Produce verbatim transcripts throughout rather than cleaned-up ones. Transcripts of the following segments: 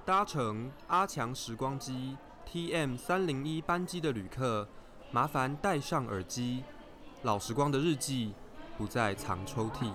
搭乘阿强时光机 T M 三零一班机的旅客，麻烦戴上耳机。老时光的日记不再藏抽屉。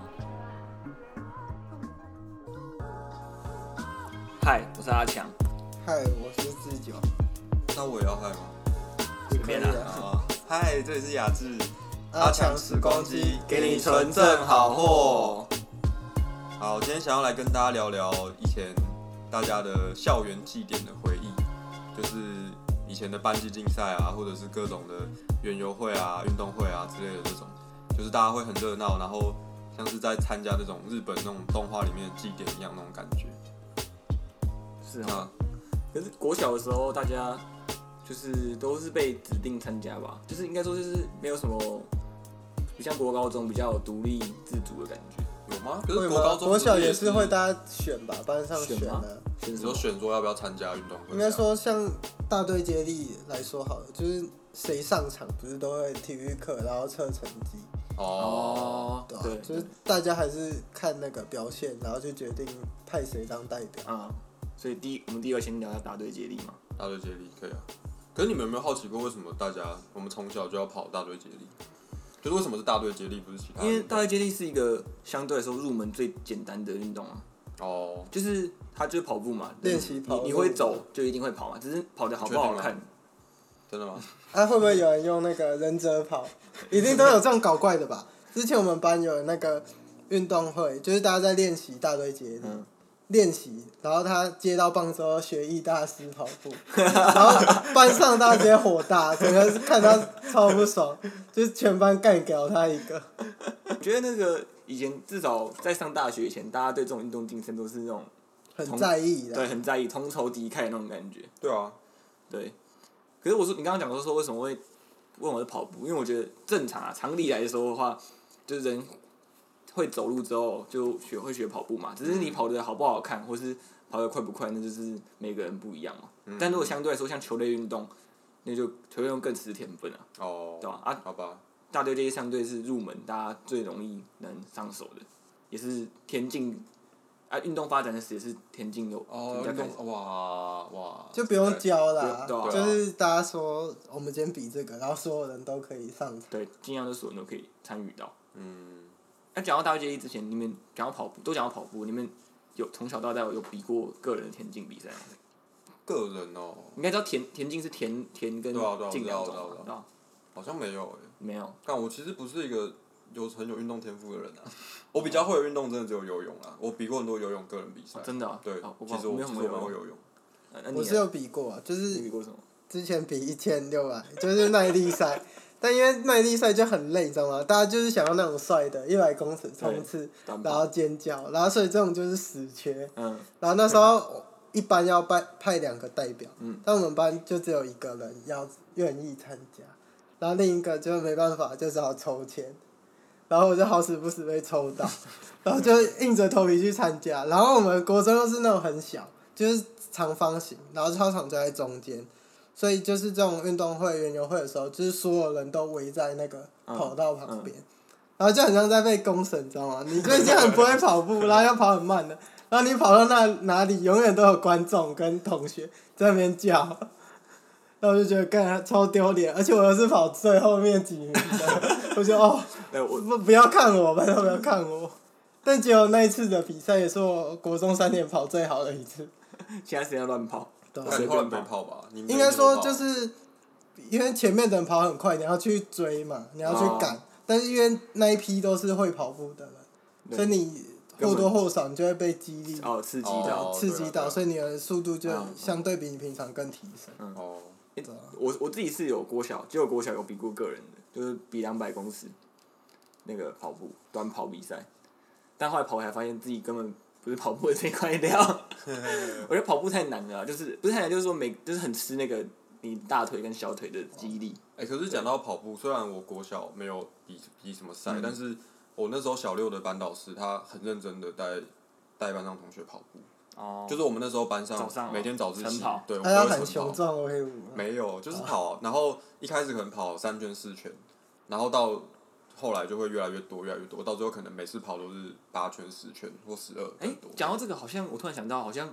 嗨，我是阿强。 嗨，我是志久。 那我也要嗨吗？ 随便啦。 啊，嗨，这里是雅致。 阿强时光机， 给你纯正好货。 好，今天想要来跟大家聊聊以前大家的校园祭典的回忆，就是以前的班级竞赛啊，或者是各种的园游会啊、运动会啊之类的这种，就是大家会很热闹，然后像是在参加这种日本那种动画里面的祭典一样那种感觉。 是啊。可是国小的时候，大家就是都是被指定参加吧，就是应该说就是没有什么，不像国高中比较有独立自主的感觉。 有吗？可是国高中国小也是会大家选吧，班上选啊。 你说选说要不要参加运动会？ 应该说像大队接力来说好了，就是谁上场不是都会体育课，然后测成绩。 哦， 对、啊， 对， 就是大家还是看那个表现，然后就决定派谁当代表。 啊、嗯，所以第一，我们第一个先聊一下大队接力嘛。 大队接力可以啊。可是你们有没有好奇过，为什么大家我们从小就要跑大队接力？就是为什么是大队接力，不是其他？ 因为大队接力是一个相对来说入门最简单的运动啊。 哦。 就是它就是跑步嘛， 练习跑。 你你会走就一定会跑嘛，只是跑得好不好看。 真的吗？ 啊，会不会有人用那个忍者跑？一定都有这种搞怪的吧？之前我们班有那个运动会，就是大家在练习大队接力。嗯练习，然后他接到棒之后学艺大师跑步，然后班上大家直接火大，整个看他超不爽，就是全班干掉他一个。 我觉得那个以前至少在上大学以前，大家对这种运动竞争都是那种很在意的， 对，很在意，同仇敌忾那种感觉。 对啊， 对。可是我说，你刚刚讲说说为什么会问我是跑步，因为我觉得正常啊，常理来说的话，就是人会走路之后就学会学跑步嘛，只是你跑得好不好看，或是跑得快不快，那就是每个人不一样嘛。嗯、但如果相对来说像球类运动，那就球类运动更吃天分啊。 哦。 对吧？啊， 好吧。 大队接力相对是入门，大家最容易能上手的，也是田径啊，运动发展的时也是田径有哦，运动哇哇。 就不用教啦， 对啊、 就是大家说我们今天比这个，然后所有人都可以上场。 对，尽量的所有人都可以参与到。 嗯。 那、啊、讲到大队接力之前，你们讲到跑步，都讲到跑步，你们有从小到大有比过个人的田径比赛吗？ 个人哦。 应该知道田田径是田田跟径两种嘛，对吧？ 好像没有诶。 没有。 但我其实不是一个有很有运动天赋的人啊。我比较会的运动真的只有游泳啦，我比过很多游泳个人比赛。 哦、真的、啊？ 对， 哦、 其实我其实我没有游泳。 啊、 我是有比过、啊，就是你比过什么？ 之前比一千六百，就是耐力赛。但因为耐力赛就很累，你知道吗？大家就是想要那种帅的，一百公尺冲刺，然后尖叫，然后所以这种就是死缺。 嗯。 然后那时候一般要派派两个代表， 嗯、 但我们班就只有一个人要愿意参加，然后另一个就没办法，就只好抽签。然后我就好死不死被抽到，然后就硬着头皮去参加。然后我们国中又是那种很小，就是长方形，然后操场就在中间。所以就是这种运动会、园游会的时候，就是所有人都围在那个跑道旁边，嗯嗯、然后就很像在被公审，你知道吗？你最近很不会跑步，然后要跑很慢的，然后你跑到那哪里，永遠都有观眾跟同學在那邊叫，然後我就覺得幹超丟臉，而且我又是跑最後面幾名的，我就哦，不不要看我，拜託不要看我。但結果那一次的比賽也是我國中三年跑最好的一次。 其他時間亂跑。 對啊，亂被跑吧？ 應該說就是因為前面的人跑很快，你要去追嘛，你要去趕，哦、但是因為那一批都是會跑步的人，所以你或多或少你就會被激勵， 哦，刺激到， 刺激到，所以你的速度就相對比你平常更提升。 嗯、哦，欸、我我自己是有國小，就有國小有比過個人的，就是比兩百公尺那個跑步短跑比賽，但後來跑回來發現自己根本不是跑步的這塊料，我覺得跑步太難了，就是不是太難，就是說每就是很吃那個你大腿跟小腿的肌力。 哎、欸，可是講到跑步，雖然我國小沒有比比什麼賽，嗯、但是我那時候小六的班導師他很認真的帶帶班上同學跑步。哦。就是我們那時候班上每天早自習，對，我們都會晨跑。他要很雄壯威武。 沒有，就是跑，然後一開始可能跑三圈四圈，然後到後來就會越來越多越來越多，到最後可能每次跑都是八圈十圈或十二。 哎，講到這個，好像我突然想到，好像。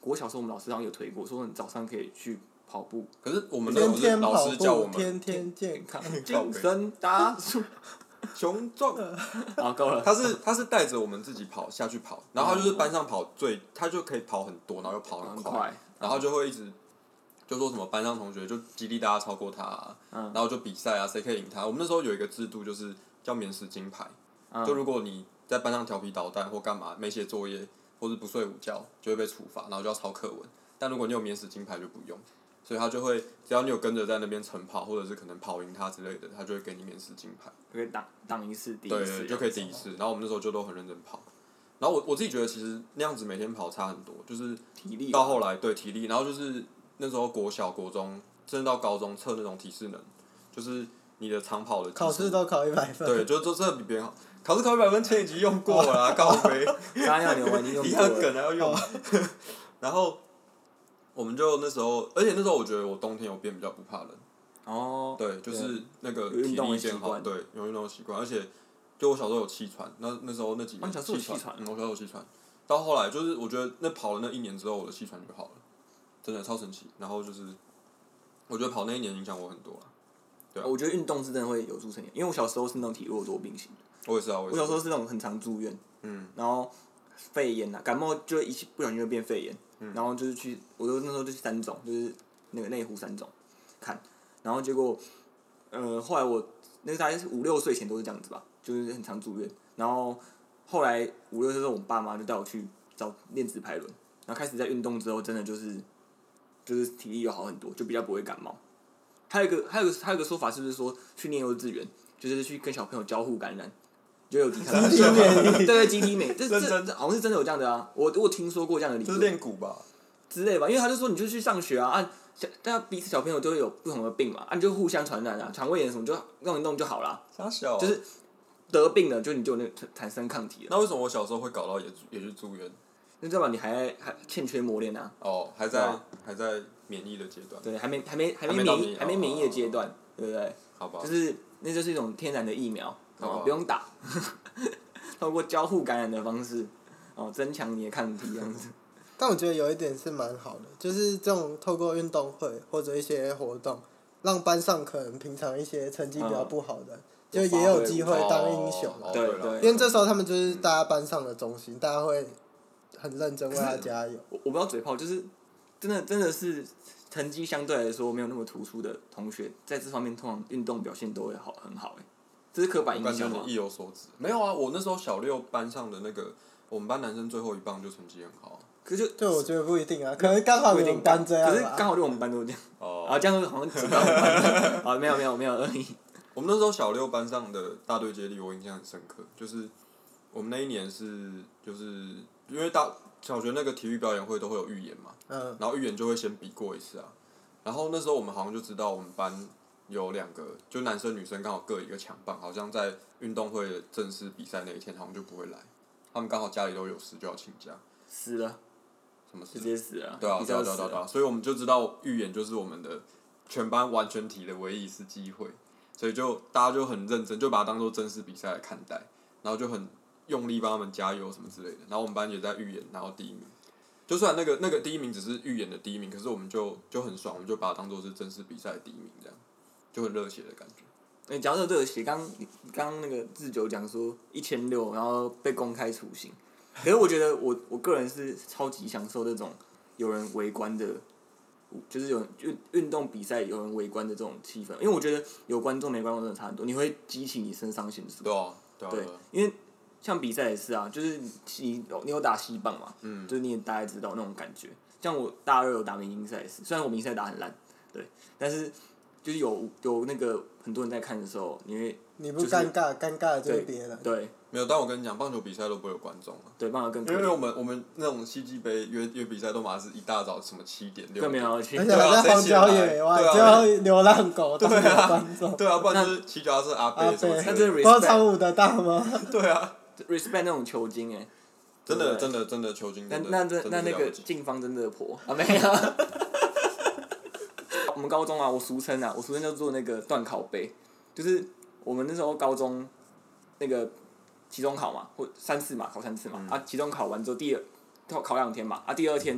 国小时候我们老师好像有推过，说你早上可以去跑步。 可是我们那种是天天跑老师教我步， 们天天健康。 精神大树， 雄壮。 好够了。 他是他是带着我们自己跑下去跑，然后他就是班上跑最，他就可以跑很多，然后又跑很快， 很快然后就会一直就说什么班上同学就激励大家超过他、啊， 嗯然后就比赛啊，谁可以赢他。我们那时候有一个制度就是叫免死金牌， 嗯就如果你在班上调皮捣蛋或干嘛没写作业或是不睡午觉，就会被处罚，然后就要抄课文。但如果你有免死金牌就不用。所以他就会，只要你有跟着在那边晨跑，或者是可能跑赢他之类的，他就会给你免死金牌。 可以挡挡一次，第一对次。 对，就可以第一次。然后我们那时候就都很认真跑。然后我我自己觉得其实那样子每天跑差很多，就是体力。 到后来对体力，然后就是那时候国小、国中，甚至到高中测那种体适能，就是你的长跑的。 考试都考一百分。 对，就就真的比别人好。考试考一百分，前几集用过了啦，高飞。 撒尿牛丸已经用过一样梗还要用。然后。我们就那时候，而且那时候我觉得我冬天有变比较不怕冷。 哦。 对，就是那个体力变好，对，有运动的习惯，而且就我小时候有气喘，那那时候那几年气喘，嗯，我小时候有气喘，到后来就是我觉得那跑了那一年之后，我的气喘就好了，真的超神奇。然后就是我觉得跑那一年影响我很多了。对啊。 我觉得运动是真的会有助身体，因为我小时候是那种体弱多病型的。 我也是啊，我也是。 我小时候是那种很常住院。 嗯。 然后肺炎啊，感冒就一不小心就变肺炎。 嗯、 然后就是去，我就那时候就去三种，就是那个内湖三种看，然后结果，呃，后来我那个大概是五六岁前都是这样子吧，就是很常住院。然后后来五六岁的时候，我爸妈就带我去找练直排轮，然后开始在运动之后，真的就是就是体力又好很多，就比较不会感冒。还有一个还有一个还有一个说法，是不是说去念幼稚园，就是去跟小朋友交互感染？就有抵抗力，对对，集体免疫，这这好像是真的有这样的啊，我我听说过这样的理论。 这是练鼓吧？ 之类吧，因为他就说你就去上学啊，啊，大家彼此小朋友都会有不同的病嘛，啊，你就互相传染啊，肠胃炎什么就弄一弄就好啦。 傻小、啊。 就是得病了，就你就那产生抗体了。 那为什么我小时候会搞到也也去住院？ 那代表你还还欠缺磨练啊。 哦，还在、啊、还在免疫的阶段。 对，还没还没还没免疫还没免疫的阶段，对不对？ 好吧。 就是那就是一种天然的疫苗，哦，不用打。透过交互感染的方式，哦，增强你的抗体这样子。 但我觉得有一点是蛮好的，就是这种透过运动会或者一些活动，让班上可能平常一些成绩比较不好的，嗯、就也有机会当英雄。 哦、 对对。 因为这时候他们就是大家班上的中心，大家会很认真为他加油。 我我不知道嘴炮，就是真的真的是成绩相对来说没有那么突出的同学，在这方面通常运动表现都会好很好哎。这是刻板印象吗？ 意有所指。没有啊，我那时候小六班上的那个，我们班男生最后一棒就成绩很好。 可是就对，我觉得不一定啊，可能刚好我们班这样。 可是刚好就我们班都这样。 哦。 啊，这样好像只到我们班。啊，没有没有没有而已。 我们那时候小六班上的大队接力，我印象很深刻，就是我们那一年是就是因为大小学那个体育表演会都会有预演嘛， 嗯。 然后预演就会先比过一次啊，然后那时候我们好像就知道我们班。有两个，就男生女生刚好各一个强棒，好像在运动会的正式比赛那一天，好像就不会来。他们刚好家里都有事，就要请假。 死了。 什么事？ 直接死了。 对啊，对啊，对啊，对啊，所以我们就知道预演就是我们的全班完全体的唯一一次机会，所以就大家就很认真，就把它当做正式比赛来看待，然后就很用力帮他们加油什么之类的。然后我们班也在预演，然后第一名。就算那个那个第一名只是预演的第一名，可是我们就就很爽，我们就把它当做是正式比赛的第一名这样。就很热血的感觉。 哎，讲到热血，刚刚那个志久讲说一千六，然后被公开处刑。可是我觉得我我个人是超级享受这种有人围观的，就是有运运动比赛有人围观的这种气氛，因为我觉得有观众没观众真的差很多，你会激起你肾上腺素。 对啊，对啊。 对，因为像比赛也是啊，就是你你有打西棒嘛， 嗯， 就是你也大概知道那种感觉。像我大二有打明星赛也是，虽然我明星赛打很烂，对，但是。就是有有那个很多人在看的时候，你会你不尴尬，尴尬的就是别人。 对， 没有，但我跟你讲，棒球比赛都不会有观众啊。 对，棒球更因为我们我们那种西季杯约约比赛都马上是一大早什么七点六点， 更没有去， 而且还在荒郊野外，最后流浪狗当观众。 对啊，不然就是骑脚踏车阿伯什么的。 那真的 respect。 广场舞的大妈。 对啊 ，respect 那种球精哎。 真的真的真的球精。 那那那那那个静芳真的婆啊没有。我们高中啊，我俗称啊，我俗称叫做那个段考杯，就是我们那时候高中那个期中考嘛，或三次嘛，考三次嘛，嗯、啊，期中考完之后第二考考两天嘛，啊，第二天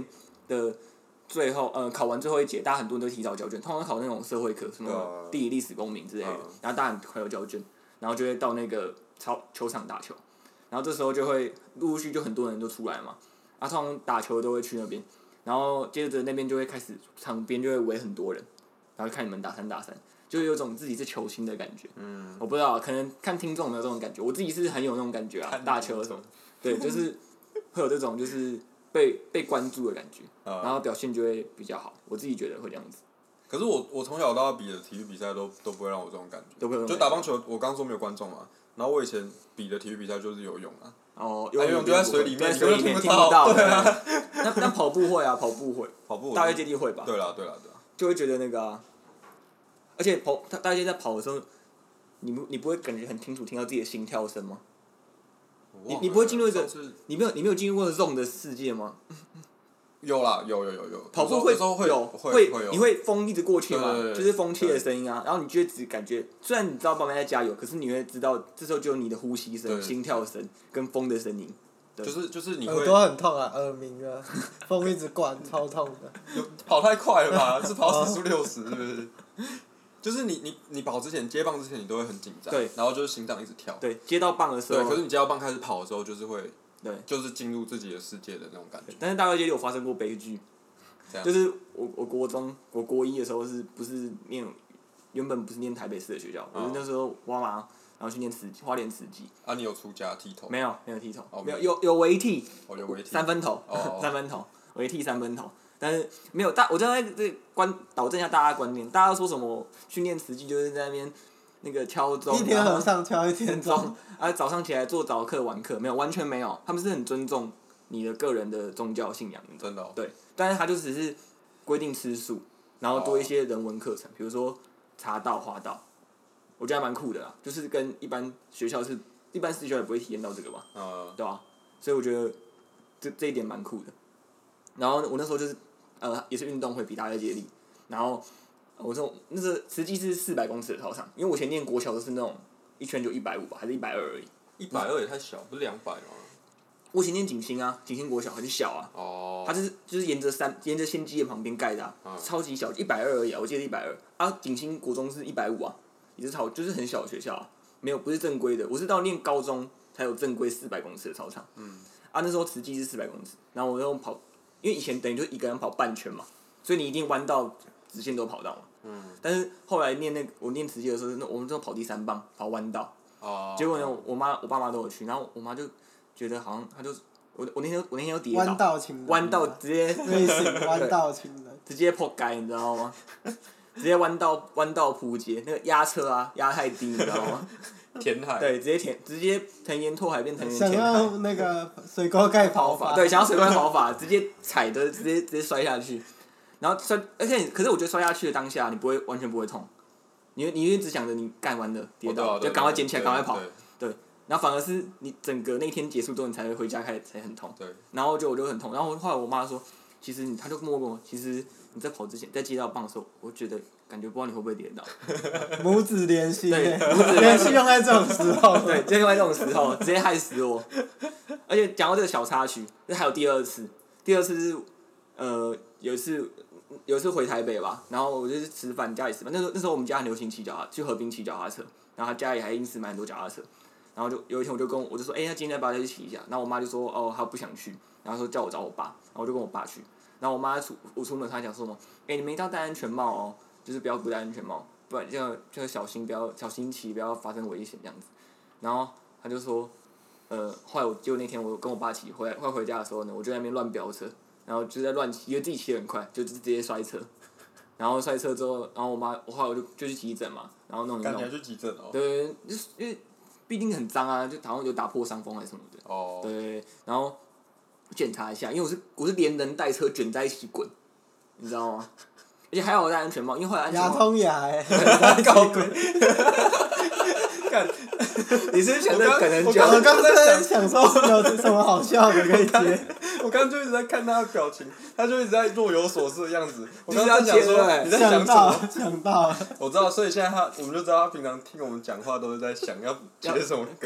的最后呃考完最后一节，大家很多人都提早交卷，通常考那种社会课，什么地理、历史、公民之类的， 嗯、 然后大家很快有交卷，然后就会到那个操球场打球，然后这时候就会陆陆续就很多人都出来嘛，啊，通常打球都会去那边，然后接着那边就会开始场边就会围很多人，然后看你们打三打三。就有种自己是球星的感觉，嗯，我不知道，可能看听众有没有这种感觉，我自己是很有那种感觉啊，打球的时候，对，就是会有这种就是被被关注的感觉，嗯、然后表现就会比较好，我自己觉得会这样子。 可是我我从小到大比的体育比赛都都不会让我这种感觉， 都不会。 就打棒球，我刚说没有观众嘛，然后我以前比的体育比赛就是游泳啊， 哦， 游泳就在水里面， 水里面听不到，对啊。那那跑步会啊，跑步会， 跑步大学接力会吧？ 对啦对啦对啦， 就会觉得那个啊。而且跑，他大家在跑的时候，你不你不会感觉很清楚听到自己的心跳声吗？你你不会进入一个，你没有你没有进入过 zone 的世界吗？ 有啦，有有有有。 跑步会有有会你会风一直过去嘛，就是风切的声音啊，然后你就只感觉，虽然你知道旁边在加油，可是你会知道这时候就有你的呼吸声、心跳声跟风的声音。 就是就是你会耳朵很痛啊，耳鸣啊，风一直灌，超痛的。 有跑太快了吧？是跑时速六十，是不是？就是你你你跑之前接棒之前你都会很紧张， 对， 然后就是心脏一直跳， 对，接到棒的时候， 对，可是你接到棒开始跑的时候，就是会， 对， 就是进入自己的世界的那种感觉。 但是大学接力有发生过悲剧，就是我我国中我国一的时候是不是念原本不是念台北市的学校，我是那时候我妈然后去念慈花莲慈济。 啊，你有出家剃头？ 没有，没有剃头， 哦、 没有有有微剃， 哦有微剃， 三分头， 哦、 三分头，微剃三分头。但是没有大，我在这观导正一下大家的观念。大家说什么训练慈济就是在那边那个敲钟， 一天和尚敲一天钟， 啊早上起来做早课晚课，没有完全没有，他们是很尊重你的个人的宗教信仰。 真的、哦。 对，但是他就只是规定吃素，然后多一些人文课程，比如说茶道、花道，我觉得还蛮酷的啦，就是跟一般学校是一般私校也不会体验到这个嘛， 嗯、 对吧、啊？所以我觉得这这一点蛮酷的。然后我那时候就是。呃，也是运动会比大家接力，然后我说那是实际是四百公尺的操场，因为我以前念国小都是那种一圈就一百五吧，还是一百二而已。 一百二也太小，不是两百吗？ 我以前念景兴啊，景兴国小很小啊。 哦。 它就是就是沿着山沿着仙基的旁边盖的啊，嗯、超级小，一百二而已啊，我记得一百二。啊，景兴国中是一百五啊，也是超就是很小的学校啊，没有不是正规的，我是到念高中才有正规四百公尺的操场。嗯。啊，那时候实际是四百公尺，然后我用跑。因为以前等于就一个人跑半圈嘛，所以你一定弯道直线都跑到嘛。嗯。但是后来念那个我念慈济的时候，那我们都跑第三棒，跑弯道。哦。结果呢，我妈我爸妈都有去，然后我妈就觉得好像她就我我那天我那天又跌倒。 弯道情人。 弯道直接。 类似弯道情人。 直接破街，你知道吗？直接弯道弯道扑街，那个压车啊压太低，你知道吗？ 填海。 对，直接填，直接藤原拓海变藤原填海。 想要那个水沟盖跑法。 对，想要水沟盖跑法，直接踩的，直接直接摔下去，然后摔，而且可是我觉得摔下去的当下，你不会完全不会痛，你你一直想着你干完了跌倒，就赶快捡起来，赶快跑，对，然后反而是你整个那天结束之后，你才会回家开始才很痛，然后就我就很痛，然后后来我妈说，其实你，她就跟我讲，其实你在跑之前，在接到棒的时候，我觉得。感觉不知道你会不会跌倒。 母子连心， 对， 母子连心用在这种时候。 对，就用在这种时候，直接害死我。而且讲到这个小插曲，这还有第二次，第二次是呃有一次有一次回台北吧，然后我就是吃饭，家里吃饭，那时候那时候我们家很流行骑脚踏，去河滨骑脚踏车，然后他家里还因此买很多脚踏车，然后就有一天我就跟我我就说，哎、欸，那今天要不要再去骑一下？然后我妈就说，哦，她不想去，然后说叫我找我爸，然后我就跟我爸去，然后我妈出我出门，她讲说什么，哎、欸，你们一定要戴安全帽哦。就是不要不戴安全帽，不然就就小心，不要小心骑，不要发生危险这样子。然后他就说，呃，后来我就那天我跟我爸骑回来，快回家的时候呢，我就在那边乱飙车，然后就在乱骑，因为自己骑得很快，就直接摔车。然后摔车之后，然后我妈，我后来我就就去急诊嘛，然后弄一弄。 赶紧去急诊哦。 对，就是因为毕竟很脏啊，就好像有打破伤风还是什么的。哦。对，然后检查一下，因为我是我是连人带车卷在一起滚，你知道吗？而且还好我戴安全帽，因为后来安全帽。 牙通牙哎。 搞鬼。干， 你是不是想着可能我刚刚在想说有什么好笑的可以接。 我刚刚就一直在看他的表情，他就一直在若有所思的样子。我刚刚在想说你在想什么？ 想到了。 我知道，所以现在他，我们就知道他平常听我们讲话都是在想要接什么梗。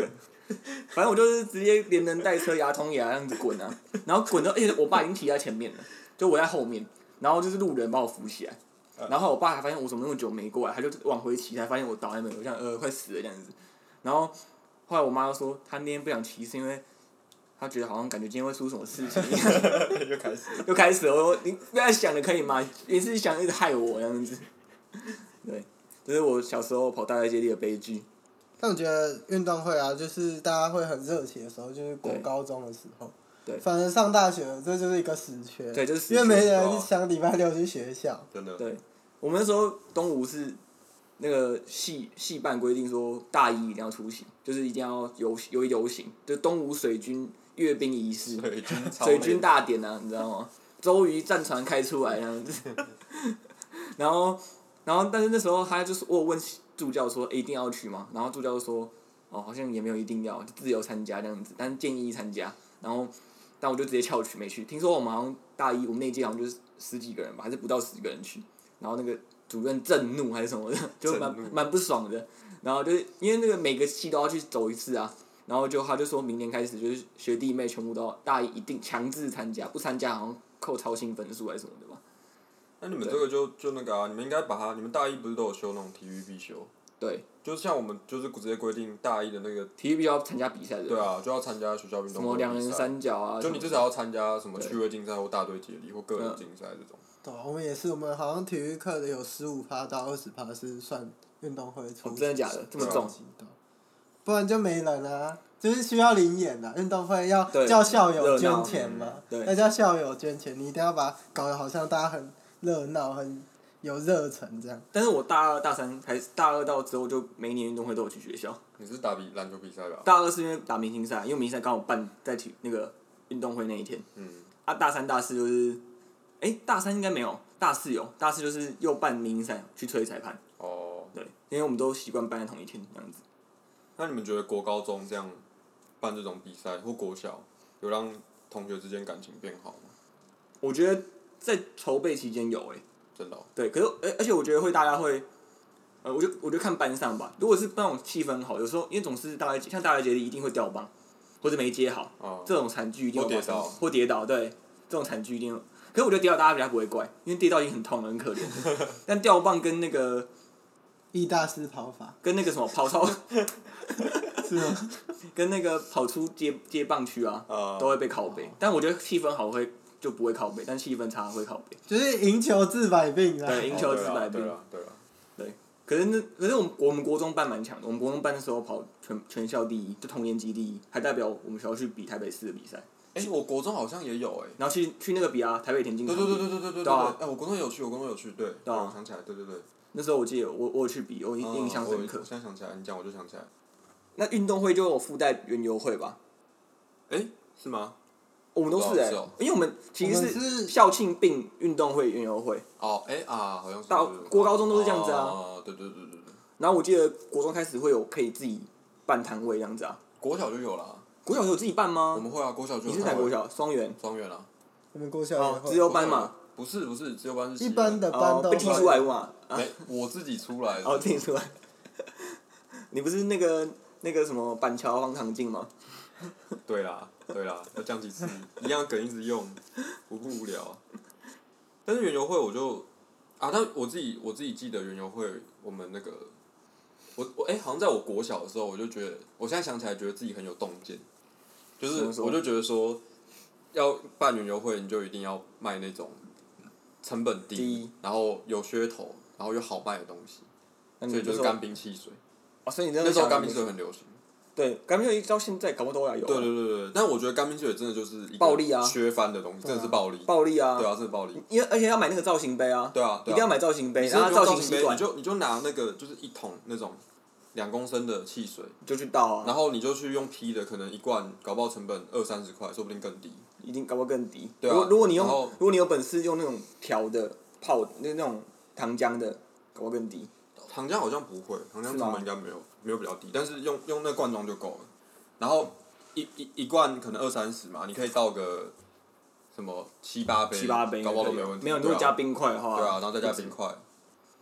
反正我就是直接连人带车牙痛牙这样子滚啊，然后滚到，而且我爸已经骑在前面了，就我在后面，然后就是路人把我扶起来，然后我爸还发现我怎么那么久没过来，他就往回骑，才发现我倒在那边，我像呃快死了这样子，然后后来我妈又说，她那天不想骑是因为。他觉得好像感觉今天会出什么事情， 又开始， 又开始了。我你不要想了可以吗？你是想一直害我这样子。对，这是我小时候跑大赛接力的悲剧。 但我觉得运动会啊，就是大家会很热情的时候，就是国高中的时候。 对。 反正上大学了，这就是一个死缺。 对，就是死缺。 因为没人想礼拜六去学校。 真的。 对，我们那时候东吴是那个系系办规定说大一一定要出席，就是一定要游游游行，就东吴水军。阅兵仪式， 水军水军大典啊，你知道吗？周瑜战船开出来这样子，然后，然后，但是那时候他就是我有问助教说、欸，一定要去吗？然后助教说，哦，好像也没有一定要，就自由参加这样子，但是建议参加。然后，但我就直接翘去没去。听说我们好像大一，我们那届好像就是十几个人吧，还是不到十个人去。然后那个主任震怒还是什么的，就蛮蛮不爽的。然后就是因为那个每个系都要去走一次啊。然后就他就说明年开始就是学弟妹全部都大一一定强制参加，不参加好像扣超新分数还是什么的吧。 那你们这个就就那个啊，你们应该把它，你们大一不是都有修那种体育必修？ 对。 就是像我们就是直接规定大一的那个体育必须要参加比赛的。 对啊，就要参加学校运动会。 什么两人三角啊？ 就你至少要参加什么趣味竞赛或大队接力或个人竞赛这种。 对，我们也是，我们好像体育课的有十五趴到二十趴是算运动会出、 哦。真的假的？这么重？ 不然就没人啊，就是需要灵演的运动会要叫校友捐钱嘛，要叫校友捐钱，你一定要把搞得好像大家很热闹、很有热忱这样。 但是我大二、大三还大二到之后，就每一年运动会都有去学校。 你是打比篮球比赛吧？ 大二是因为打明星赛，因为明星赛刚好办在体那个运动会那一天。嗯。啊，大三、大四就是，哎、欸，大三应该没有，大四有，大四就是又办明星赛去吹裁判。哦。对，因为我们都习惯办在同一天这样子。 那你们觉得国高中这样办这种比赛，或国小，有让同学之间感情变好吗？ 我觉得在筹备期间有诶、欸。 真的、哦。 对，可是而而且我觉得会大家会，呃，我就我就看班上吧。如果是那种气氛好，有时候因为总是大概像大概节力一定会掉棒，或者没接好，哦、这种惨剧一定会跌倒， 或跌倒，对，这种惨剧一定。可是我觉得跌倒大家比较不会怪，因为跌倒已经很痛了，很可怜。但掉棒跟那个。 易大师跑法。 跟那个什么跑超。 是吗？ 跟那个跑出接接棒区啊，呃、都会被靠背。但我觉得气氛好会就不会靠背，但气氛差会靠背。 就是赢球治百病啊。 对，赢球治百病。 对啊，对啊。 对，可是那可是我们我们国中班蛮强的，我们国中班的时候跑全全校第一，就同年级第一，还代表我们学校去比台北市的比赛。 哎、欸，我国中好像也有哎、欸。 然后去去那个比啊，台北田径场。 对对对对对对对。对啊。哎、欸，我国中有去，我国中有去，对。对啊。想起来，对对对。 那时候我记得我我有去比，我印象深刻。 我现在想起来，你讲我就想起来。 那运动会就有附带园游会吧？ 哎、欸，是吗？ 我们都是哎、欸， 哦、 因为我们其实是校庆并运动会园游会。 哦，哎、欸、啊，好像是。 到国高中都是这样子啊。 哦，对对对对对。 然后我记得国中开始会有可以自己办摊位这样子啊。 国小就有了。 国小有自己办吗？ 我们会啊，国小就有。 你是哪国小？双园。 双园啊。 我们国小也会。 自由班嘛。 不是不是，自由班是。 一般的班都。 被踢出来嘛？ 没，我自己出来的。 哦，自己出来。你不是那个？那个什么板桥荒唐镜吗？ 对啦，对啦，要讲几次，一样梗一直用，无不无聊、啊。但是园游会我就啊，但我自己我自己记得园游会，我们那个我我哎、欸，好像在我国小的时候，我就觉得，我现在想起来觉得自己很有洞见，就是我就觉得说，要办园游会，你就一定要卖那种成本低，低然后有噱头，然后又好卖的东西，所以就是干冰汽水。 哦，所以你那时候干冰汽水很流行。 对，干冰汽水到现在搞不好都还有、啊。 对对对对，但我觉得干冰汽水真的就是一暴利啊， 削翻的东西，真的是暴利。 暴利啊！ 对啊，真的暴利。 因为而且要买那个造型杯啊。 对啊。 一定要买造型杯，然后造型杯，你就你就拿那个就是一桶那种两公升的汽水， 就去倒啊。 然后你就去用批的，可能一罐搞不好成本二三十块，说不定更低。 一定搞不好更低。 对啊。 如果如果你用，如果你有本事用那种调的泡那那种糖浆的，搞不好更低。 糖浆好像不会，糖浆成本应该没有没有比较低，但是用用那罐装就够了。然后一一一罐可能二三十嘛，你可以倒个什么七八杯， 七八杯， 搞不好都没问题。 没有，如果加冰块的话， 对啊，然后再加冰块。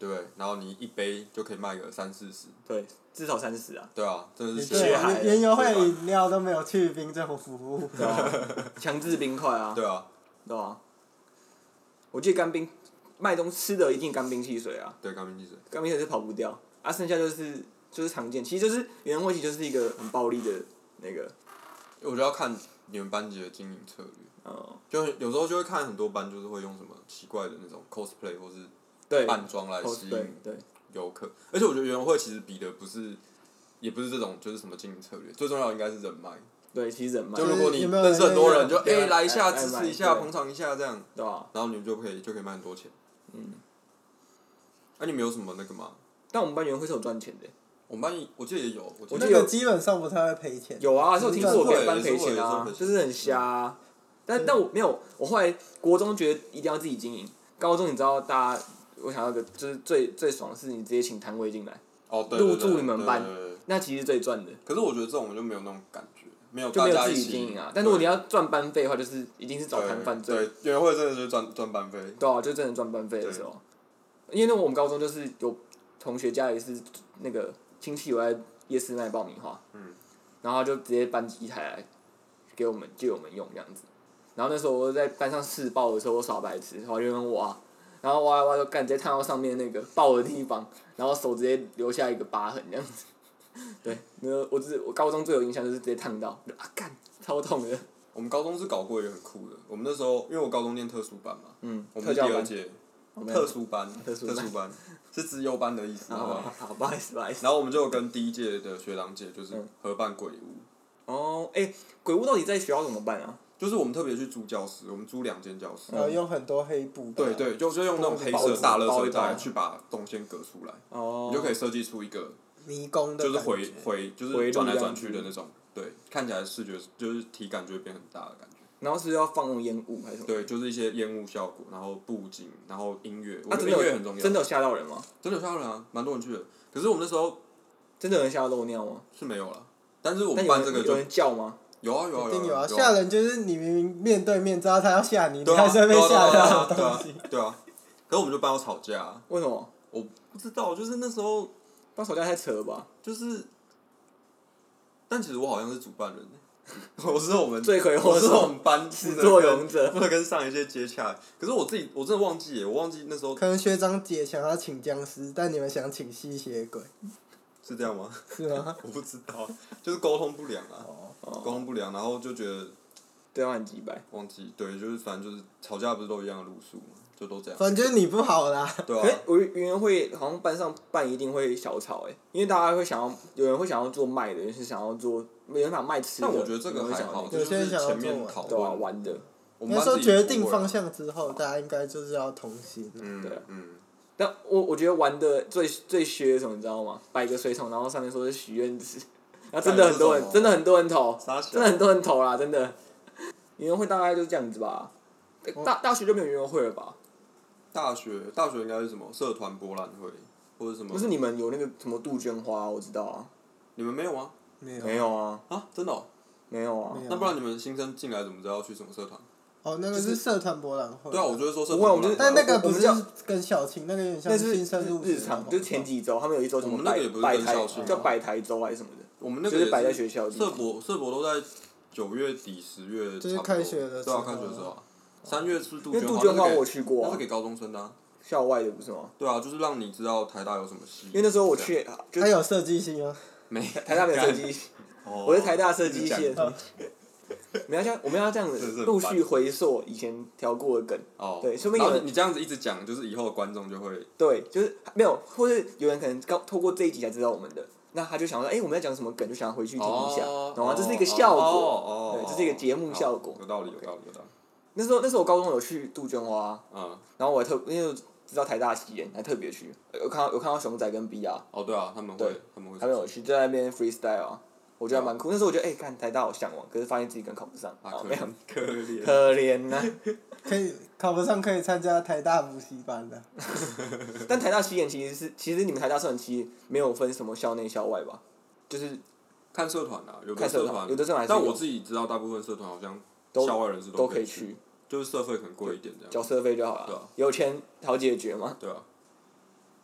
对不对？然后你一杯就可以卖个三四十。 对，至少三十啊。 对啊，真的是对啊， 血海园游会饮料都没有去冰这种服务。 对啊，强制冰块啊。 对啊。 对啊。我记得干冰，卖东吃的一定干冰汽水啊。 对，干冰汽水。 干冰汽水是跑不掉，啊，剩下就是就是常见，其实就是园游会，其实就是一个很暴力的那个。 我觉得要看你们班级的经营策略。 哦。 就有时候就会看很多班就是会用什么奇怪的那种 cosplay 或是对扮装来吸对引对游客，而且我觉得园游会其实比的不是，也不是这种就是什么经营策略，最重要的应该是人脉。 对，其实人脉。 就如果你有没有认识很多人，就对哎来一下来支持一下， 来捧场一下这样， 对啊。 然后你们就可以就可以卖很多钱。 嗯。 那你们有什么那个吗？ 但我们班园游会是有赚钱的。 我们班我记得也有，我记得那个基本上不太会赔钱。 有啊，是有听说我别的班也是会赔钱啊也是会赔，钱就是很瞎啊。但但我没有，我后来国中觉得一定要自己经营，高中你知道大家，我想要个就是最最爽的是你直接请摊位进来， 哦对对对入驻你们班对对对对那其实最赚的， 可是我觉得这种就没有那种感觉，没有就没有自己大家一起经营啊。但如果你要赚班费的话，就是一定是找摊贩最对，园游会真的就是赚赚班费。 对啊，就真的赚班费的时候，因为那我们高中就是有同学家里是那个亲戚有在夜市卖爆米花， 嗯， 然后他就直接搬机台来给我们借我们用这样子。然后那时候我在班上试爆的时候，我耍白痴，然后就用挖，然后挖一挖就干，直接烫到上面那个爆的地方，然后手直接留下一个疤痕这样子。对，那个我只我高中最有印象就是直接烫到，啊干，超痛的。 我们高中是搞过一个很酷的，我们那时候因为我高中念特殊班嘛， 嗯， 我们是特教班。 第二届我没有特殊班， 特殊班班是资优班的意思，好不好好？ 好，不好意思，不好意思。 然后我们就有跟第一届的学长姐就是嗯合办鬼屋， 哦，哎、鬼屋到底在学校怎么办啊？ 就是我们特别去租教室，我们租两间教室， 然后用很多黑布。 对对，就就用那种黑包子色大垃包一包圾袋去把动线隔出来， 哦。 你就可以设计出一个迷宫的感觉。 就是回回就回路是转来转这样子去的那种，对，看起来视觉就是体感就会变很大的感觉。 然后是要放那种烟雾还是什么？ 对，就是一些烟雾效果，然后布景，然后音乐，我啊， 觉得真的有音乐很重要。 真的有吓到人吗？ 真的有吓到人啊，蛮多人去的。可是我们那时候真的有人吓到漏尿吗？ 是没有了，但是我但们班这个就有人有人叫吗？ 有啊有啊有啊一定有啊！吓人就是你明明面对面知道他要吓你，你对啊还是会被吓对啊对到啊对啊的东西。 对啊，可是我们就班要吵架啊， 为什么？ 我不知道，就是那时候帮吵架太扯了吧？ 就是，但其实我好像是主办人欸，我是我们罪魁祸我是我首， 们班始作俑者。 不能跟上一届接洽。可是我自己我真的忘记耶，我忘记那时候可能学长姐想要请僵尸，但你们想请吸血鬼， 是这样吗？ 是吗？ 我不知道，就是沟通不良啊， 哦沟通不良，然后就觉得对方很鸡掰。 忘记，对，就是反正就是吵架不是都一样的路数嘛，就都这样。 反正就是你不好啦。 对啊， 可是我园游会好像班上办一定会小吵哎、因为大家会想要，有人会想要做卖的，有人是想要做，有人想卖吃的。 但我觉得这个有人还好， 想要这就是前面讨对啊， 论玩的。 我那时候们班自己决定不会啊方向之后，大家应该就是要同心。 嗯对啊嗯， 但我我觉得玩的最最削的什么，你知道吗？摆个水桶，然后上面说是许愿池，然后真的很多人，真的很多人投， 傻小真的很多人投啦，真的。园游会大概就是这样子吧，大大学就没有园游会了吧？ 大学大学应该是什么社团博览会或者什么不？是你们有那个什么杜鹃花，我知道啊。 你们没有吗？ 没有。 没有啊， 啊，真的哦。 没有啊没。有那不然你们新生进来怎么知道要去什么社团？ 哦，那个是社团博览会。 对啊，我就会说社团不会我们就博览会。 但那个不是我们叫跟校庆，那个有点像那是新生入日常，就是前几周他们有一周什么摆我们那个也不是摆台跟校庆啊叫摆台周还是什么的， 我们那个也就是摆在学校的地社方。 博社博都在九月底十月， 就是差不多开学的时候对啊，开学的时候啊，三月是杜因为鹃杜鹃花我那是给去过啊那是，给高中生的啊。 校外的不是吗？ 对啊，就是让你知道台大有什么系。 因为那时候我去，就它有设计性啊。 没台大没有设计， 哦我是台大设计系一直讲的。没有像我们要这样真的是很子陆续回溯以前调过的梗， 哦， 对说不定有人然后你这样子一直讲，就是以后的观众就会对，就是没有，或者有人可能刚透过这一集才知道我们的，那他就想说，哎、我们在讲什么梗，就想要回去听一下， 哦懂吗？这是一个效果， 哦对，这是一个节目效果好。有道理，有道理，有道理。 那时候那时候我高中有去杜鹃花， 嗯， 然后我还特因为我知道台大西演，还特别去，有看到有看到熊仔跟 B R， 哦对啊，他们会对， 他们会。 他们有去就在那边 freestyle 啊，我觉得还蛮酷。那时候我觉得哎，看台大好向往，可是发现自己更考不上， 啊， 哦没有可怜，可怜。 可怜呐、 可以考不上可以参加台大补习班的。 但台大西演其实是，其实你们台大社团其实没有分什么校内校外吧，就是看社团啊，有的看社团团， 有的社团还是有但我自己知道，大部分社团好像都校外人士都可以可以去， 就是社费可能贵一点这样。 缴社费就好了， 对啊有钱好解决嘛。 对啊。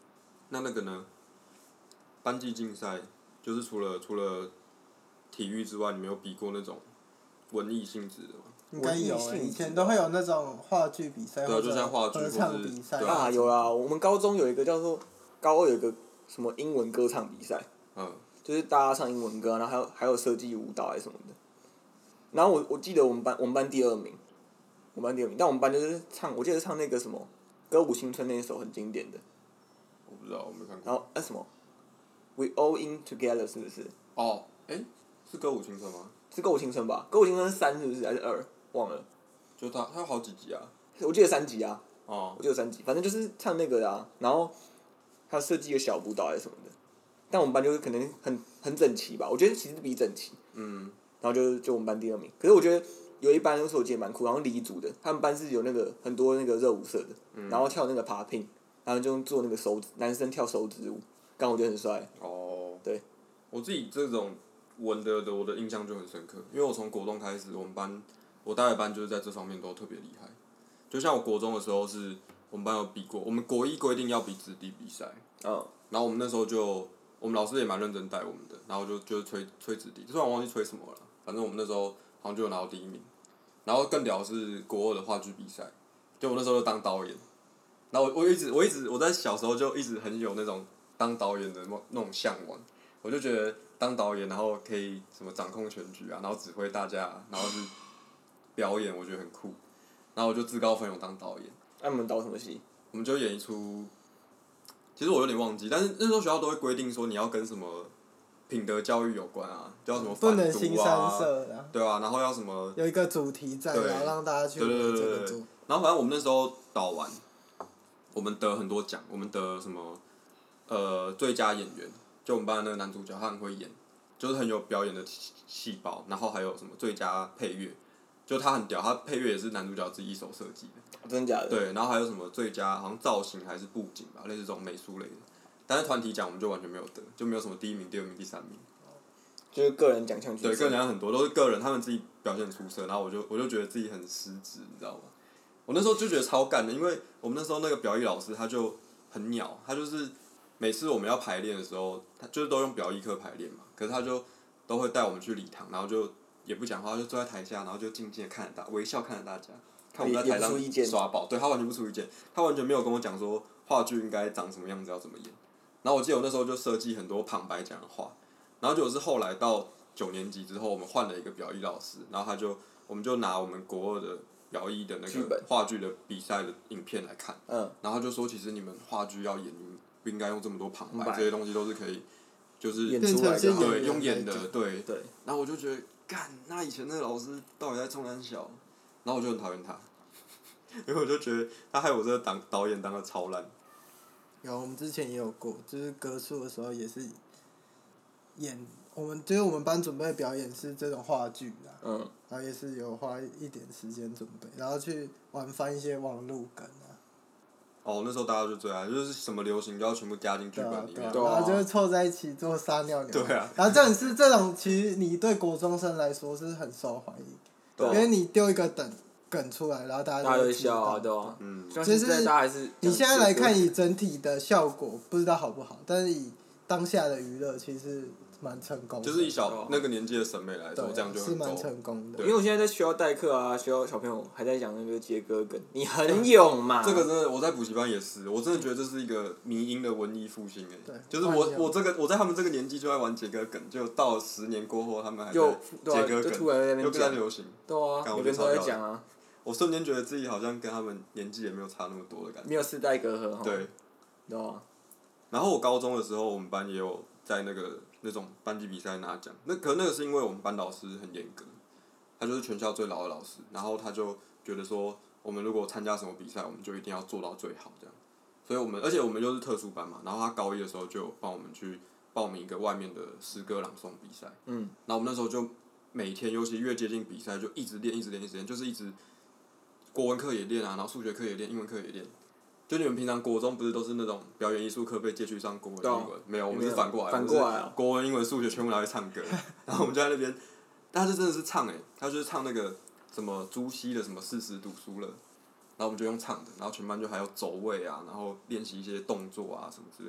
那那个呢？班级竞赛就是除了除了体育之外，你们有比过那种文艺性质的吗？ 应该有诶、 文艺性质以前都会有那种话剧比赛对啊或者就像话剧合唱或是比赛对啊，有啦，我们高中有一个叫做高二有一个什么英文歌唱比赛， 嗯， 就是大家唱英文歌，然后还有还有设计舞蹈还是什么的。然后我我记得我们班我们班第二名，我们班第二名，但我们班就是唱，我记得唱那个什么《歌舞青春》那一首很经典的。 我不知道，我没看过。 然后呃什么，We All In Together 是不是？ 哦，哎，是歌舞青春吗？ 是歌舞青春吧？歌舞青春是三是不是还是二？忘了。 就它它有好几集啊。 我记得三集啊， 哦我。记得三集，反正就是唱那个的啊，然后还有设计一个小舞蹈还是什么的。但我们班就是可能很很整齐吧，我觉得其实比整齐。 嗯。 然后就就我们班第二名，可是我觉得有一班那时候我记得蛮酷，好像黎族的，他们班是有那个很多那个热舞社的， 嗯然后跳那个 popping，然后就做那个手指，男生跳手指舞，刚我觉得很帅。 哦。 对。 我自己这种文的的我的印象就很深刻，因为我从国中开始，我们班我待的班就是在这方面都特别厉害。就像我国中的时候是，我们班有比过，我们国一规定要比子弟比赛， 嗯。 然后我们那时候就，我们老师也蛮认真带我们的，然后就就是吹吹子弟，虽然我忘记吹什么了，反正我们那时候好像就有拿到第一名。然后更屌的是国二的话剧比赛，就我那时候就当导演，然后我我一直我一直我在小时候就一直很有那种当导演的那那种向往，我就觉得当导演，然后可以什么掌控全局啊，然后指挥大家，然后是表演，我觉得很酷，然后我就自告奋勇当导演。 那、啊、你们导什么戏？ 我们就演一出，其实我有点忘记，但是那时候学校都会规定说你要跟什么品德教育有关啊，就要什么不反能新三毒啊， 色啊， 对啊，然后要什么， 有一个主题在， 对然后让大家去对对围对对对这个做。 然后反正我们那时候导完，我们得很多奖，我们得什么呃最佳演员，就我们班的那个男主角他很会演，就是很有表演的细细胞，然后还有什么最佳配乐，就他很屌，他配乐也是男主角自己一手设计的。 真的假的？ 对，然后还有什么最佳好像造型还是布景吧，类似这种美术类的。但是团体奖我们就完全没有得，就没有什么第一名、第二名、第三名。 就是个人奖项取胜。 对，个人奖项很多都是个人，他们自己表现出色，然后我就我就觉得自己很失职，你知道吗？我那时候就觉得超干的，因为我们那时候那个表艺老师他就很鸟，他就是每次我们要排练的时候，他就是都用表艺课排练嘛，可是他就都会带我们去礼堂，然后就也不讲话，就坐在台下，然后就静静的看着大，微笑看着大家。看我们在台上耍宝，对他完全不出意见，他完全没有跟我讲说话剧应该长什么样子，要怎么演。然后我记得我那时候就设计很多旁白讲的话，然后就是后来到九年级之后，我们换了一个表艺老师，然后他就我们就拿我们国二的表艺的那个话剧的比赛的影片来看， 嗯， 然后他就说其实你们话剧要演，你们不应该用这么多旁白， 白这些东西都是可以就是演出来的， 对，用演的，对。 对。 然后我就觉得，干，那以前那个老师到底在冲三小？然后我就很讨厌他。因为我就觉得他害我这个当导演当的超烂。 有，我们之前也有过，就是歌术的时候也是演，我们就是我们班准备表演是这种话剧啦， 嗯， 然后也是有花一点时间准备，然后去玩翻一些网路梗啊。 哦，那时候大家就最爱，就是什么流行就要全部加进剧对啊本里面。 对啊， 对啊然后就是凑在一起做撒尿牛。 对啊。 然后这种是这种，其实你对国中生来说是很受欢迎， 对啊因为你丢一个梗梗出来，然后大家大家就会知会笑啊， 道。 对吧？ 嗯。 就是大家还是。 你现在来看，以整体的效果，不知道好不好，但是以当下的娱乐，其实蛮成功的。 就是以小那个年纪的审美来说，这样就很够。 是蛮成功的。 因为我现在在学校代课啊，学校小朋友还在讲那个杰哥梗，你很勇嘛。 这个真的，我在补习班也是，我真的觉得这是一个迷因的文艺复兴哎。 对。 就是我我这个我在他们这个年纪就在玩杰哥梗，就到了十年过后，他们还在杰哥梗，又更流行。 对啊，每个人都在讲啊。 我瞬间觉得自己好像跟他们年纪也没有差那么多的感觉。 没有世代隔阂哈。 对。 对啊。 然后我高中的时候，我们班也有在那个那种班级比赛拿奖，那可能那个是因为我们班老师很严格，他就是全校最老的老师，然后他就觉得说，我们如果参加什么比赛，我们就一定要做到最好这样。所以我们而且我们又是特殊班嘛，然后他高一的时候就帮我们去报名一个外面的诗歌朗诵比赛。 嗯。 然后我们那时候就每天，尤其越接近比赛，就一直练，一直练，一直练，就是一直国文课也练啊，然后数学课也练，英文课也练。就你们平常国中不是都是那种表演艺术课被借去上国文、英文？没有，我们是反过来。 反过来啊！ 国文、英文、数学全部拿去唱歌，然后我们就在那边，但他就真的是唱诶、欸，他就是唱那个什么朱熹的什么四十读书了，然后我们就用唱的，然后全班就还有走位啊，然后练习一些动作啊什么之类的。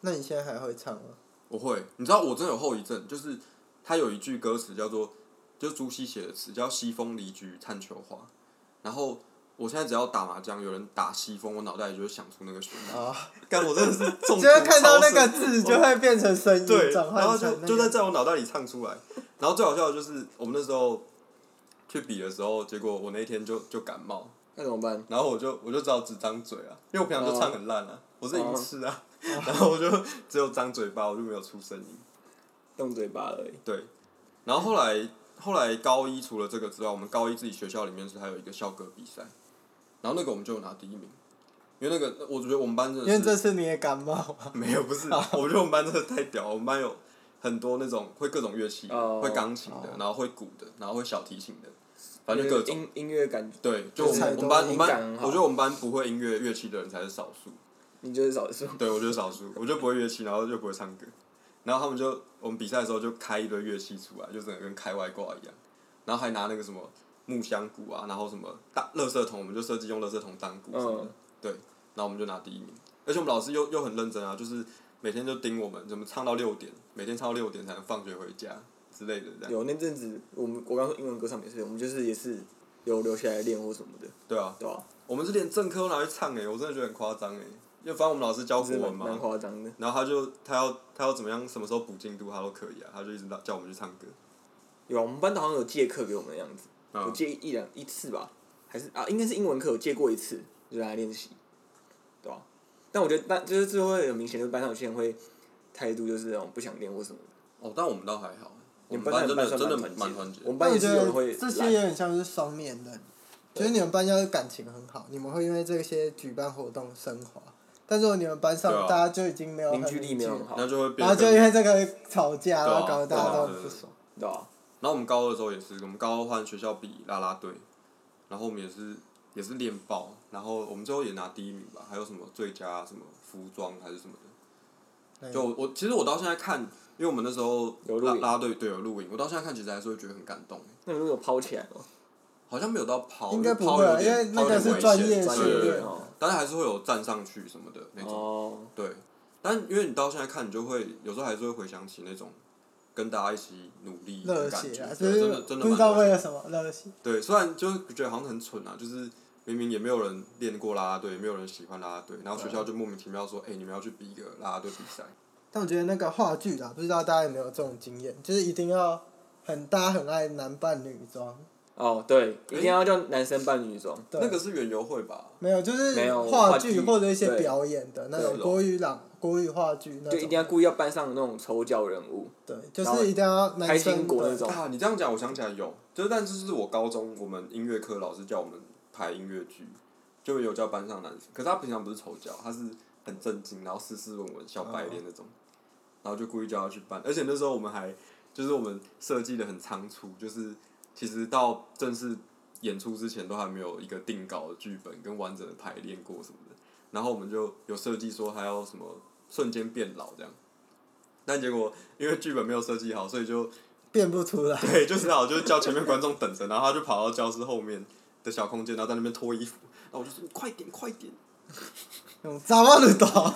那你现在还会唱吗？ 我会，你知道我真的有后遗症，就是他有一句歌词叫做，就是朱熹写的词叫西风离菊探秋花，然后我现在只要打麻将，有人打西风，我脑袋里就会想出那个旋律。啊！干，我真的是中毒超深。 只要看到那个字就会变成声音， 对， 转换然后成那个就就在在我脑袋里唱出来。然后最好笑的就是我们那时候去比的时候，结果我那一天就就感冒。 那怎么办？ 然后我就我就只好只张嘴啊，因为我平常就唱很烂啊，我是音痴啊， 哦然后我就只有张嘴巴，我就没有出声音。 用嘴巴而已。 对，然后后来后来高一除了这个之外，我们高一自己学校里面是还有一个校歌比赛，然后那个我们就有拿第一名，因为那个我觉得我们班真的是。 因为这次你也感冒啊。 没有，不是，我觉得我们班真的太屌了，我们班有很多那种会各种乐器的， 哦会钢琴的，然后会鼓的，然后会小提琴的，反正就各种。 音音乐感。 对，就我们我们班我们音感班， 很好我觉得我们班不会音乐乐器的人才是少数。 你就是少数。 对，我觉得少数，我就不会乐器，然后就不会唱歌，然后他们就我们比赛的时候就开一堆乐器出来，就整个跟开外挂一样，然后还拿那个什么木箱鼓啊，然后什么大垃圾桶，我们就设计用垃圾桶当鼓什么的， 嗯、 对，然后我们就拿第一名，而且我们老师又又很认真啊，就是每天就盯我们怎么唱到六点，每天唱到六点才能放学回家之类的这样。 有那阵子，我们我刚说英文歌唱也是，我们就是也是有留下来练或什么的。 对啊。 对啊。 我们是连正科都拿去唱诶、欸，我真的觉得很夸张诶，因为反正我们老师教国文嘛， 蛮夸张的。 然后他就他要他要怎么样，什么时候补进度他都可以啊，他就一直叫我们去唱歌。 有啊，我们班好像有借课给我们的样子， 嗯、 有借一两一次吧，还是啊，应该是英文课有借过一次，就来练习，对吧、啊？但我觉得班就是最后会很明显，就是班上有些人会态度就是那种不想练或什么的。 哦，但我们倒还好，我们班真的真的蛮蛮团结。 我们班也是有人会。 这些有点像是双面人，就是你们班要是感情很好，你们会因为这些举办活动升华。但是如果你们班上大家就已经没有凝聚力没有很好， 那就会然后就因为这个吵架，然后搞得大家都很不爽， 对啊。 然后我们高二的时候也是，我们高二换学校比啦啦队，然后我们也是也是练爆，然后我们最后也拿第一名吧，还有什么最佳什么服装还是什么的。就我其实我到现在看，因为我们那时候啦啦队对有录影，我到现在看其实还是会觉得很感动。 那你如果抛起来吗？ 好像没有到抛， 应该不会，因为那个是专业训练， 但是还是会有站上去什么的那种。 哦。 对，但因为你到现在看，你就会有时候还是会回想起那种跟大家一起努力的感觉， 啊、 对，真的真的不知道为了什么热血。 对，虽然就觉得好像很蠢啊，就是明明也没有人练过啦啦队，也没有人喜欢啦啦队，然后学校就莫名其妙说，哎、欸，你们要去比一个啦啦队比赛。 但我觉得那个话剧啊，不知道大家有没有这种经验，就是一定要很大家很爱男扮女装。 哦，对，一定要叫男生扮女装。 那个是园游会吧？ 没有，就是话剧或者一些表演的那种国语朗、国语话剧那种。 就一定要故意要扮上那种丑角人物。 对，就是一定要男生。 开心果那种。 啊，你这样讲，我想起来有，就是但是是我高中我们音乐课老师叫我们排音乐剧，就有叫班上男生，可是他平常不是丑角，他是很正经，然后斯斯文文、小白脸那种，然后就故意叫他去扮，而且那时候我们还就是我们设计的很仓促，就是。其实到正式演出之前都还没有一个定稿的剧本跟完整的排练过什么的，然后我们就有设计说还要什么瞬间变老这样，但结果因为剧本没有设计好，所以就变不出来。 对，就是好，就是叫前面观众等着，然后他就跑到教室后面的小空间，然后在那边脱衣服，然后我就说你快点快点， 用咋么的多，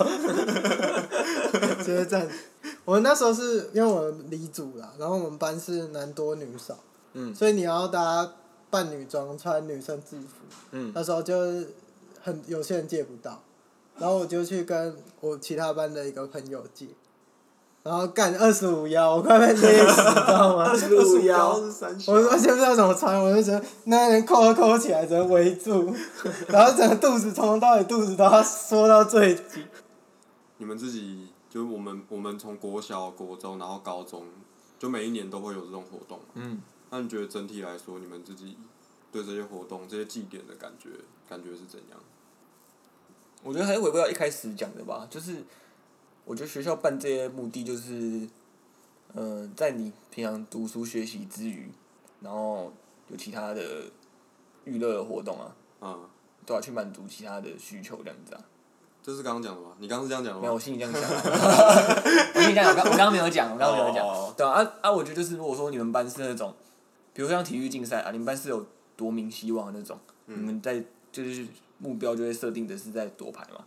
就是这样。我们那时候是因为我们理组啦，然后我们班是男多女少。 嗯、 所以你要大家扮女装穿女生制服， 嗯、 那时候就很有些人借不到，然后我就去跟我其他班的一个朋友借，然后干二十五腰，我快被勒死，你知道吗？ 二十五腰， 我完全不知道怎么穿，我就觉得那人扣都扣起来，只能围住，然后整个肚子从头到尾肚子都要缩到最紧。 你们自己就我们我们从国小、国中，然后高中，就每一年都会有这种活动。 嗯。 那你觉得整体来说，你们自己对这些活动、这些祭典的感觉，感觉是怎样？ 我觉得还是回归到一开始讲的吧，就是我觉得学校办这些目的就是，嗯、呃，在你平常读书学习之余，然后有其他的娱乐活动啊， 嗯， 都要去满足其他的需求这样子啊。 这是刚刚讲的吗？你刚刚是这样讲的吗？ 没有，我心里这样想。我心里这样讲，我刚刚没有讲，我刚刚没有讲。 哦、 对啊，啊啊！我觉得就是，如果说你们班是那种，比如说像体育竞赛啊，你们班是有夺名希望的那种，嗯、你们在就是目标就会设定的是在夺牌嘛。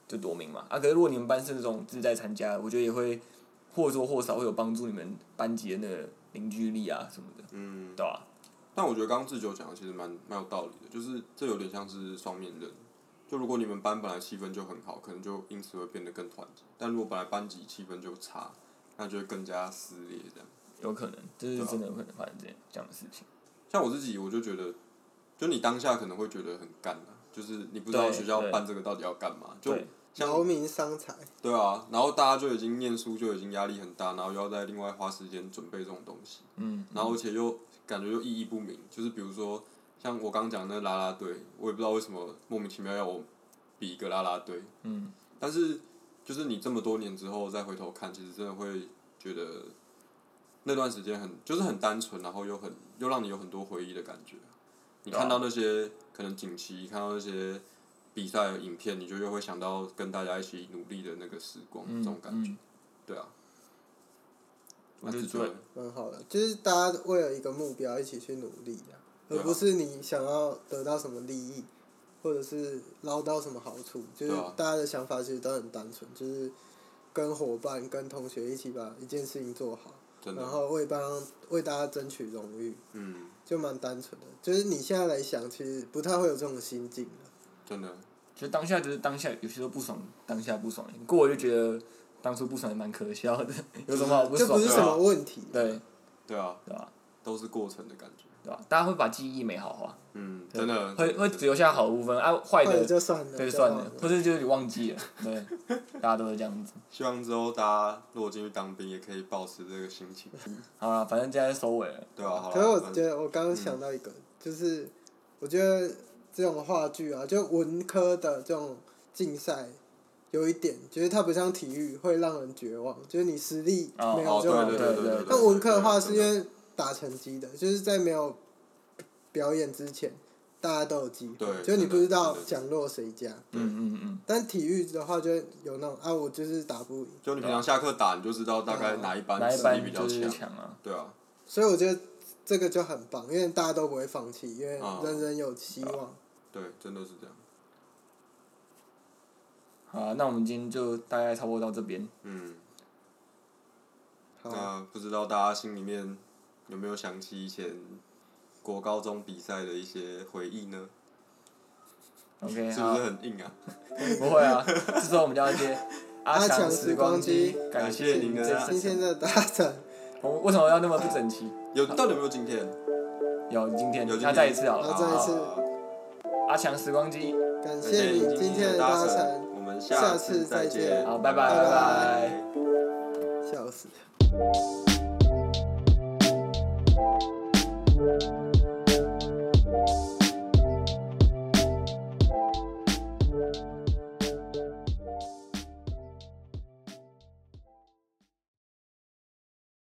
就夺名嘛。啊，可是如果你们班是那种自在参加，我觉得也会或多或少会有帮助你们班级的那个凝聚力啊什么的， 嗯， 对吧、啊？ 但我觉得刚刚志久讲的其实蛮蛮有道理的，就是这有点像是双面刃。就如果你们班本来气氛就很好，可能就因此会变得更团结；但如果本来班级气氛就差，那就会更加撕裂这样。 有可能，就是真的有可能发生这样这样的事情。 像我自己，我就觉得，就你当下可能会觉得很干啊，就是你不知道学校办这个到底要干嘛，就像劳民伤财。 对啊，然后大家就已经念书就已经压力很大，然后又要再另外花时间准备这种东西， 嗯， 然后而且又感觉又意义不明，就是比如说像我刚讲的那啦啦队，我也不知道为什么莫名其妙要我比一个啦啦队， 嗯， 但是就是你这么多年之后再回头看，其实真的会觉得那段时间很就是很单纯，然后又很又让你有很多回忆的感觉。你看到那些可能锦旗，看到那些比赛的影片，你就又会想到跟大家一起努力的那个时光， 嗯、 这种感觉， 嗯、 对啊。 我觉得蛮好的，就是大家为了一个目标一起去努力啊，而不是你想要得到什么利益，或者是捞到什么好处，就是大家的想法其实都很单纯，就是跟伙伴、跟同学一起把一件事情做好，然后为帮为大家争取荣誉， 嗯， 就蛮单纯的。就是你现在来想，其实不太会有这种心境了。 真的。 就当下就是当下，有些时候不爽，当下不爽，过了就觉得当初不爽也蛮可笑的，有什么好不爽的？ 就不是什么问题。 对。 对啊。 对吧？ 都是过程的感觉。 对吧？大家会把记忆美好化。 嗯，真的。 会会只留下好的部分，啊，坏的就算了。 对，算了，或者就是你忘记了，对，大家都是这样子。 希望之后大家如果进去当兵，也可以保持这个心情。 好了，反正现在收尾了。 对啊，好了。 可是我觉得我刚刚想到一个，嗯、就是我觉得这种话剧啊，就文科的这种竞赛，有一点就是它不像体育会让人绝望，就是你实力没有就好。对对对对。 但文科的话是因为打成绩的，就是在没有表演之前，大家都有机会，就是你不知道奖落谁家。 嗯嗯嗯。 但体育的话，就有那种啊，我就是打不赢。 就你平常下课打，你就知道大概哪一班实力比较强啊。 对啊。 所以我觉得这个就很棒，因为大家都不会放弃，因为人人有希望。 对，真的是这样。 好啊，那我们今天就大概差不多到这边。 嗯。那不知道大家心里面有没有想起以前国高中比赛的一些回忆呢 ？OK， 是不是很硬啊？ 不会啊，这时候我们就要接阿强时光机， 感谢您的今天的达成。 我为什么要那么不整齐？ 有到底有没有今天？ 有今天，他再一次好了。 再一次。 阿强时光机， 感谢你今天的达成， 我们下次再见。 好，拜拜拜拜。 笑死。